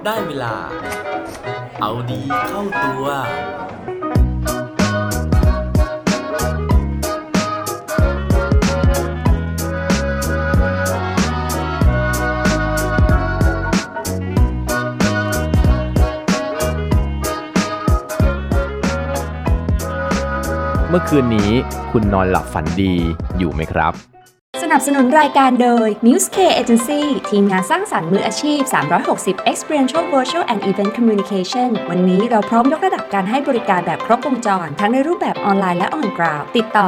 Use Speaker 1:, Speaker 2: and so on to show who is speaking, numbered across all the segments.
Speaker 1: ได้เวลาเอาดีเข้าตัว
Speaker 2: เมื่อคืนนี้คุณนอนหลับฝันดีอยู่ไหมครับ
Speaker 3: สนับสนุนรายการโดย Muse K Agency ทีมงานสร้างสรรค์มืออาชีพ360 Experiential Virtual and Event Communication วันนี้เราพร้อมยกระดับการให้บริการแบบครบวงจรทั้งในรูปแบบออนไลน์และ on ground ติดต่อ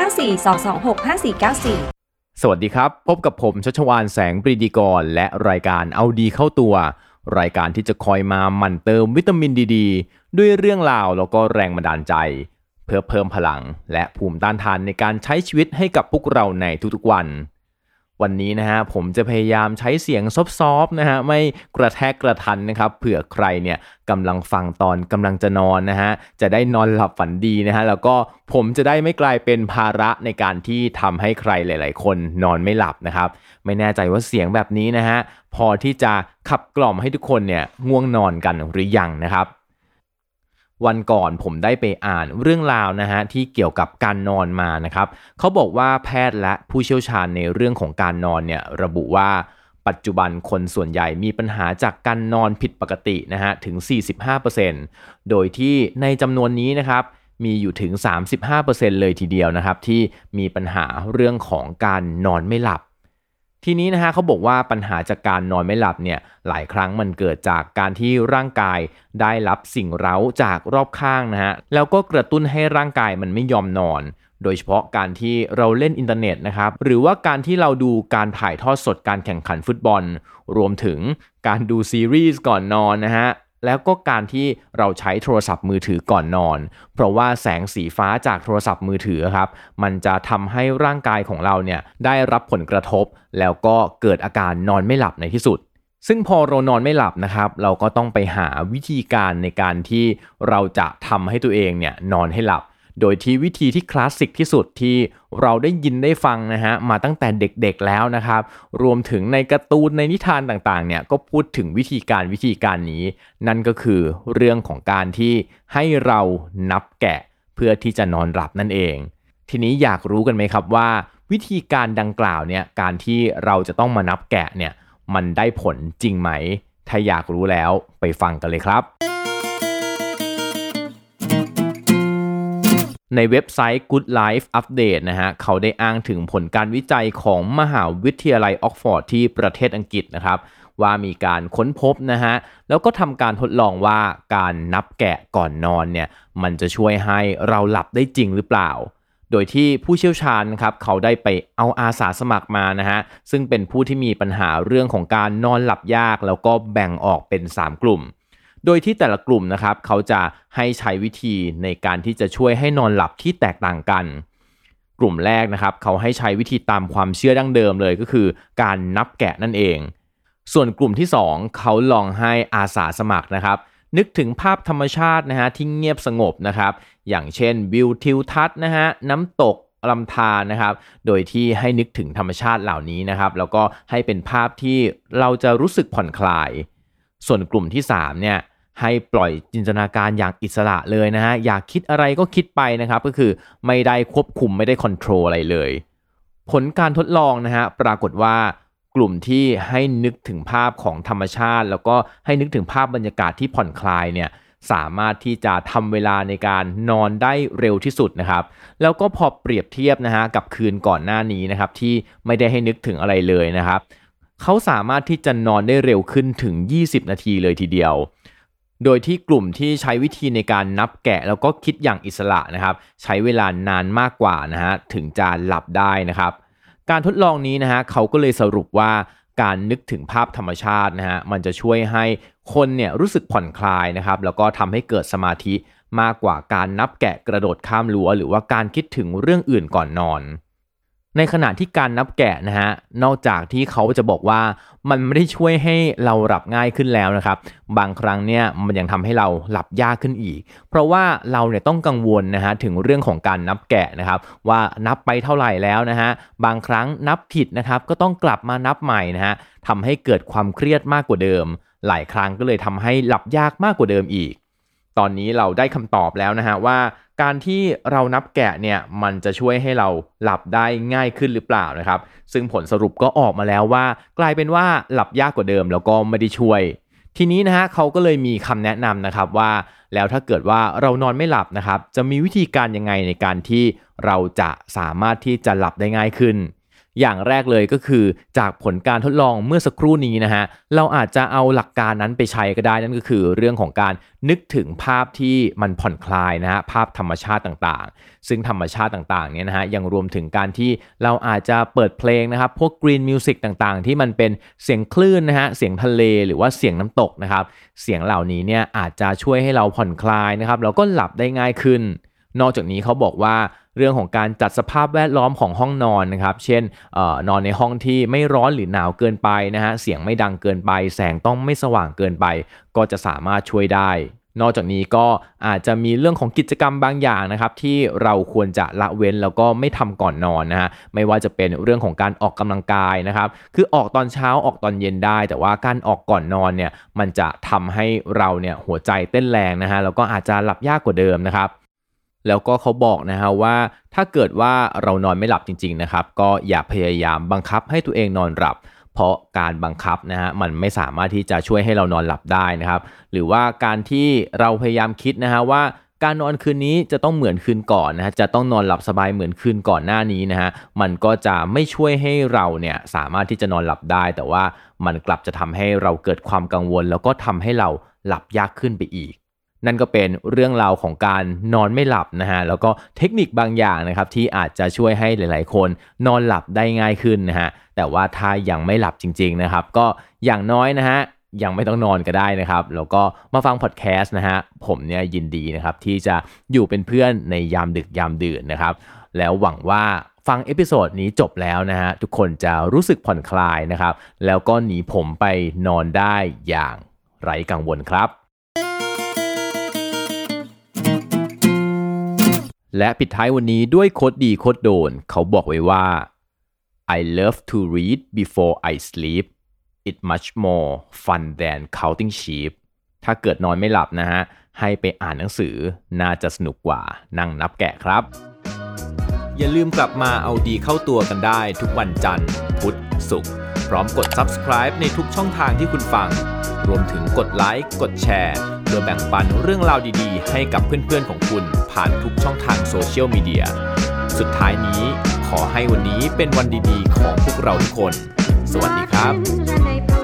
Speaker 3: 0942265494
Speaker 2: สวัสดีครับพบกับผมชัชวาลแสงปรีดีกรและรายการเอาดีเข้าตัวรายการที่จะคอยมาหมั่นเติมวิตามินดีๆด้วยเรื่องราวแล้วก็แรงบันดาลใจเพื่อเพิ่มพลังและภูมิต้านทานในการใช้ชีวิตให้กับพวกเราในทุกๆวันนี้นะฮะผมจะพยายามใช้เสียงซอฟๆนะฮะไม่กระแทกกระทันนะครับเผื่อใครเนี่ยกำลังฟังตอนกำลังจะนอนนะฮะจะได้นอนหลับฝันดีนะฮะแล้วก็ผมจะได้ไม่กลายเป็นภาระในการที่ทำให้ใครหลายๆคนนอนไม่หลับนะครับไม่แน่ใจว่าเสียงแบบนี้นะฮะพอที่จะขับกล่อมให้ทุกคนเนี่ยง่วงนอนกันหรือยังนะครับวันก่อนผมได้ไปอ่านเรื่องราวนะฮะที่เกี่ยวกับการนอนมานะครับเขาบอกว่าแพทย์และผู้เชี่ยวชาญในเรื่องของการนอนเนี่ยระบุว่าปัจจุบันคนส่วนใหญ่มีปัญหาจากการนอนผิดปกตินะฮะถึง 45% โดยที่ในจำนวนนี้นะครับมีอยู่ถึง 35% เลยทีเดียวนะครับที่มีปัญหาเรื่องของการนอนไม่หลับทีนี้นะฮะเขาบอกว่าปัญหาจากการนอนไม่หลับเนี่ยหลายครั้งมันเกิดจากการที่ร่างกายได้รับสิ่งเร้าจากรอบข้างนะฮะแล้วก็กระตุ้นให้ร่างกายมันไม่ยอมนอนโดยเฉพาะการที่เราเล่นอินเทอร์เน็ตนะครับหรือว่าการที่เราดูการถ่ายทอดสดการแข่งขันฟุตบอลรวมถึงการดูซีรีส์ก่อนนอนนะฮะแล้วก็การที่เราใช้โทรศัพท์มือถือก่อนนอนเพราะว่าแสงสีฟ้าจากโทรศัพท์มือถือครับมันจะทำให้ร่างกายของเราเนี่ยได้รับผลกระทบแล้วก็เกิดอาการนอนไม่หลับในที่สุดซึ่งพอเรานอนไม่หลับนะครับเราก็ต้องไปหาวิธีการในการที่เราจะทำให้ตัวเองเนี่ยนอนให้หลับโดยที่วิธีที่คลาสสิกที่สุดที่เราได้ยินได้ฟังนะฮะมาตั้งแต่เด็กๆแล้วนะครับรวมถึงในการ์ตูนในนิทานต่างๆเนี่ยก็พูดถึงวิธีการนี้นั่นก็คือเรื่องของการที่ให้เรานับแกะเพื่อที่จะนอนหลับนั่นเองทีนี้อยากรู้กันไหมครับว่าวิธีการดังกล่าวเนี่ยการที่เราจะต้องมานับแกะเนี่ยมันได้ผลจริงไหมถ้าอยากรู้แล้วไปฟังกันเลยครับในเว็บไซต์ Good Life Update นะฮะเขาได้อ้างถึงผลการวิจัยของมหาวิทยาลัยออกฟอร์ดที่ประเทศอังกฤษนะครับว่ามีการค้นพบนะฮะแล้วก็ทำการทดลองว่าการนับแกะก่อนนอนเนี่ยมันจะช่วยให้เราหลับได้จริงหรือเปล่าโดยที่ผู้เชี่ยวชาญครับเขาได้ไปเอาอาสาสมัครมานะฮะซึ่งเป็นผู้ที่มีปัญหาเรื่องของการนอนหลับยากแล้วก็แบ่งออกเป็น3กลุ่มโดยที่แต่ละกลุ่มนะครับเขาจะให้ใช้วิธีในการที่จะช่วยให้นอนหลับที่แตกต่างกันกลุ่มแรกนะครับเขาให้ใช้วิธีตามความเชื่อดั้งเดิมเลยก็คือการนับแกะนั่นเองส่วนกลุ่มที่2เขาลองให้อาสาสมัครนะครับนึกถึงภาพธรรมชาตินะฮะที่เงียบสงบนะครับอย่างเช่นวิวทิวทัศน์นะฮะน้ำตกลำธารนะครับโดยที่ให้นึกถึงธรรมชาติเหล่านี้นะครับแล้วก็ให้เป็นภาพที่เราจะรู้สึกผ่อนคลายส่วนกลุ่มที่3เนี่ยให้ปล่อยจินตนาการอย่างอิสระเลยนะฮะอยากคิดอะไรก็คิดไปนะครับก็คือไม่ได้ควบคุมไม่ได้คอนโทรลอะไรเลยผลการทดลองนะฮะปรากฏว่ากลุ่มที่ให้นึกถึงภาพของธรรมชาติแล้วก็ให้นึกถึงภาพบรรยากาศที่ผ่อนคลายเนี่ยสามารถที่จะทำเวลาในการนอนได้เร็วที่สุดนะครับแล้วก็พอเปรียบเทียบนะฮะกับคืนก่อนหน้านี้นะครับที่ไม่ได้ให้นึกถึงอะไรเลยนะครับเขาสามารถที่จะนอนได้เร็วขึ้นถึง20นาทีเลยทีเดียวโดยที่กลุ่มที่ใช้วิธีในการนับแกะแล้วก็คิดอย่างอิสระนะครับใช้เวลานานมากกว่านะฮะถึงจะหลับได้นะครับการทดลองนี้นะฮะเขาก็เลยสรุปว่าการนึกถึงภาพธรรมชาตินะฮะมันจะช่วยให้คนเนี่ยรู้สึกผ่อนคลายนะครับแล้วก็ทำให้เกิดสมาธิมากกว่าการนับแกะกระโดดข้ามรั้วหรือว่าการคิดถึงเรื่องอื่นก่อนนอนในขณะที่การนับแกะนะฮะนอกจากที่เขาจะบอกว่ามันไม่ได้ช่วยให้เราหลับง่ายขึ้นแล้วนะครับบางครั้งเนี่ยมันยังทำให้เราหลับยากขึ้นอีกเพราะว่าเราเนี่ยต้องกังวลนะฮะถึงเรื่องของการนับแกะนะครับว่านับไปเท่าไหร่แล้วนะฮะบางครั้งนับผิดนะครับก็ต้องกลับมานับใหม่นะฮะทำให้เกิดความเครียดมากกว่าเดิมหลายครั้งก็เลยทำให้หลับยากมากกว่าเดิมอีกตอนนี้เราได้คำตอบแล้วนะฮะว่าการที่เรานับแกะเนี่ยมันจะช่วยให้เราหลับได้ง่ายขึ้นหรือเปล่านะครับซึ่งผลสรุปก็ออกมาแล้วว่ากลายเป็นว่าหลับยากกว่าเดิมแล้วก็ไม่ได้ช่วยทีนี้นะฮะเขาก็เลยมีคำแนะนำนะครับว่าแล้วถ้าเกิดว่าเรานอนไม่หลับนะครับจะมีวิธีการยังไงในการที่เราจะสามารถที่จะหลับได้ง่ายขึ้นอย่างแรกเลยก็คือจากผลการทดลองเมื่อสักครู่นี้นะฮะเราอาจจะเอาหลักการนั้นไปใช้ก็ได้นั่นก็คือเรื่องของการนึกถึงภาพที่มันผ่อนคลายนะฮะภาพธรรมชาติต่างๆซึ่งธรรมชาติต่างๆเนี่ยนะฮะยังรวมถึงการที่เราอาจจะเปิดเพลงนะครับพวก Green Music ต่างๆที่มันเป็นเสียงคลื่นนะฮะเสียงทะเลหรือว่าเสียงน้ำตกนะครับเสียงเหล่านี้เนี่ยอาจจะช่วยให้เราผ่อนคลายนะครับแล้วก็หลับได้ง่ายขึ้นนอกจากนี้เขาบอกว่าเรื่องของการจัดสภาพแวดล้อมของห้องนอนนะครับเช่นนอนในห้องที่ไม่ร้อนหรือหนาวเกินไปนะฮะเสียงไม่ดังเกินไปแสงต้องไม่สว่างเกินไปก็จะสามารถช่วยได้นอกจากนี้ก็อาจจะมีเรื่องของกิจกรรมบางอย่างนะครับที่เราควรจะละเว้นแล้วก็ไม่ทำก่อนนอนนะฮะไม่ว่าจะเป็นเรื่องของการออกกำลังกายนะครับคือออกตอนเช้าออกตอนเย็นได้แต่ว่าการออกก่อนนอนเนี่ยมันจะทำให้เราเนี่ยหัวใจเต้นแรงนะฮะแล้วก็อาจจะหลับยากกว่าเดิมนะครับแล้วก็เขาบอกนะฮะว่าถ้าเกิดว่าเรานอนไม่หลับจริงๆนะครับก็อย่าพยายามบังคับให้ตัวเองนอนหลับเพราะการบังคับนะฮะมันไม่สามารถที่จะช่วยให้เรานอนหลับได้นะครับหรือว่าการที่เราพยายามคิดนะฮะว่าการนอนคืนนี้จะต้องเหมือนคืนก่อนนะฮะจะต้องนอนหลับสบายเหมือนคืนก่อนหน้านี้นะฮะมันก็จะไม่ช่วยให้เราเนี่ยสามารถที่จะนอนหลับได้แต่ว่ามันกลับจะทำให้เราเกิดความกังวลแล้วก็ทำให้เราหลับยากขึ้นไปอีกนั่นก็เป็นเรื่องราวของการนอนไม่หลับนะฮะแล้วก็เทคนิคบางอย่างนะครับที่อาจจะช่วยให้หลายๆคนนอนหลับได้ง่ายขึ้นนะฮะแต่ว่าถ้ายังไม่หลับจริงๆนะครับก็อย่างน้อยนะฮะยังไม่ต้องนอนก็ได้นะครับแล้วก็มาฟังพอดแคสต์นะฮะผมเนี่ยยินดีนะครับที่จะอยู่เป็นเพื่อนในยามดึกยามดื่นนะครับแล้วหวังว่าฟังเอพิโซดนี้จบแล้วนะฮะทุกคนจะรู้สึกผ่อนคลายนะครับแล้วก็หนีผมไปนอนได้อย่างไร้กังวลครับและปิดท้ายวันนี้ด้วยโคตรดีโคตรโดนเขาบอกไว้ว่า I love to read before I sleep it's much more fun than counting sheep ถ้าเกิดนอนไม่หลับนะฮะให้ไปอ่านหนังสือน่าจะสนุกกว่านั่งนับแกะครับอย่าลืมกลับมาเอาดีเข้าตัวกันได้ทุกวันจันทร์พุธศุกร์พร้อมกด Subscribe ในทุกช่องทางที่คุณฟังรวมถึงกดไลค์กดแชร์เพื่อแบ่งปันเรื่องราวดีๆให้กับเพื่อนๆของคุณผ่านทุกช่องทางโซเชียลมีเดียสุดท้ายนี้ขอให้วันนี้เป็นวันดีๆของพวกเราทุกคนสวัสดีครับ